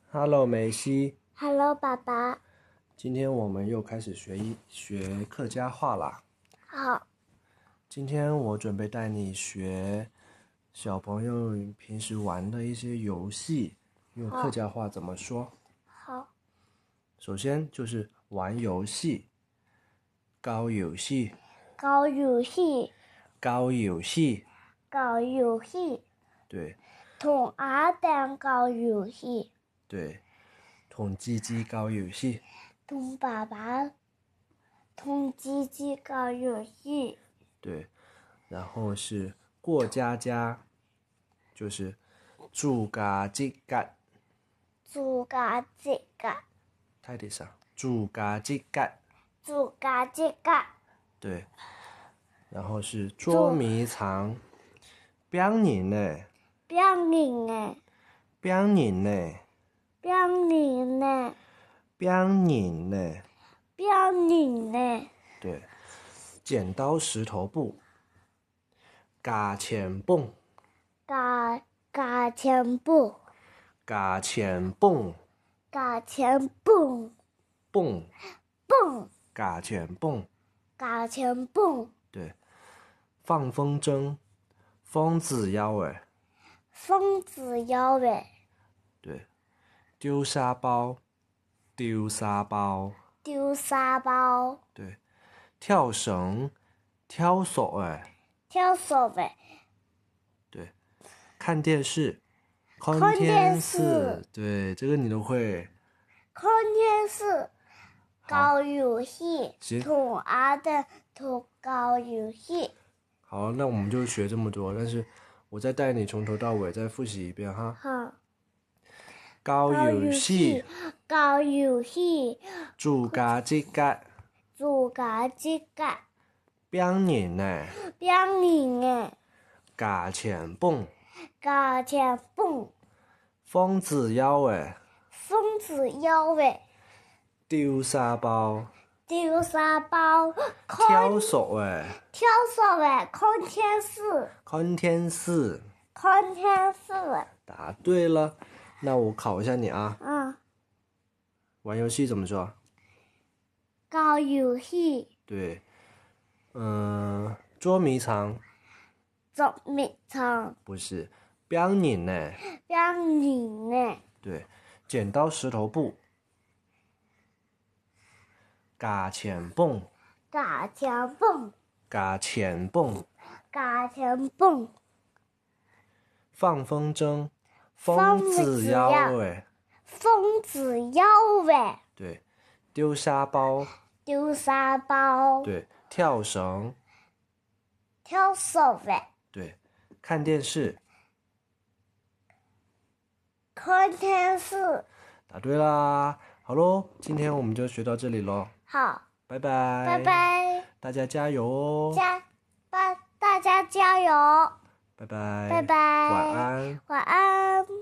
Hello，梅西。 Hello，爸爸。 今天我们又开始学客家话啦。 好。 今天我准备带你学小朋友平时玩的一些游戏，用客家话怎么说？ 好。 首先就是玩游戏，搞游戏。 搞游戏。 搞游戏。 搞游戏。 对。 同阿蛋搞游戏。 对。同鸡鸡搞游戏。 同爸爸。同鸡鸡搞游戏。 对。然后是过家家，就是住家节节。 住家节节。 太地上住家节节。 住家节节。 对。然后是捉迷藏，变人呢。 变人呢。 变人呢。 变人呢。 变人呢。 变人呢。 对。剪刀石头布，加钱蹦。 加钱布。 加钱蹦。 加钱蹦。 蹦。 蹦。 加钱蹦。 加钱蹦。 对。放风筝，疯子腰诶。 疯子腰诶。 对。丢沙包，丢沙包。 丢沙包。 对。跳绳，跳绳诶。 跳绳诶。 对。看电视， 看电视。 对，这个你都会。 看电视。搞游戏。同阿蛋同搞游戏。 好，那我们就学这么多，但是我再带你从头到尾再复习一遍哈。 好。 搞游戏。 搞游戏。 住家节节。 住家节节。 变人呢。 变人呢。 加钱蹦。 加钱蹦。 疯子腰诶。 疯子腰诶。 丢沙包。 丢沙包。 跳绳诶。 跳绳诶。看电视。 看电视。 看电视。 答对了，那我考一下你啊。玩游戏怎么说？ 搞游戏。 对。捉迷藏。 捉迷藏。 不是。变人呢。 变人呢。 对。剪刀石头布。加钱蹦。 加钱蹦。 加钱蹦。 加钱蹦。 放风筝，疯子腰诶。 疯子腰诶。 对。丢沙包。 丢沙包。 对。跳绳。 跳绳诶。 对。看电视。 看电视。 答对啦！好咯，今天我们就学到这里咯。 好。 拜拜。 拜拜。 大家加油哦。 大家加油。 拜拜。 拜拜。 晚安。 晚安。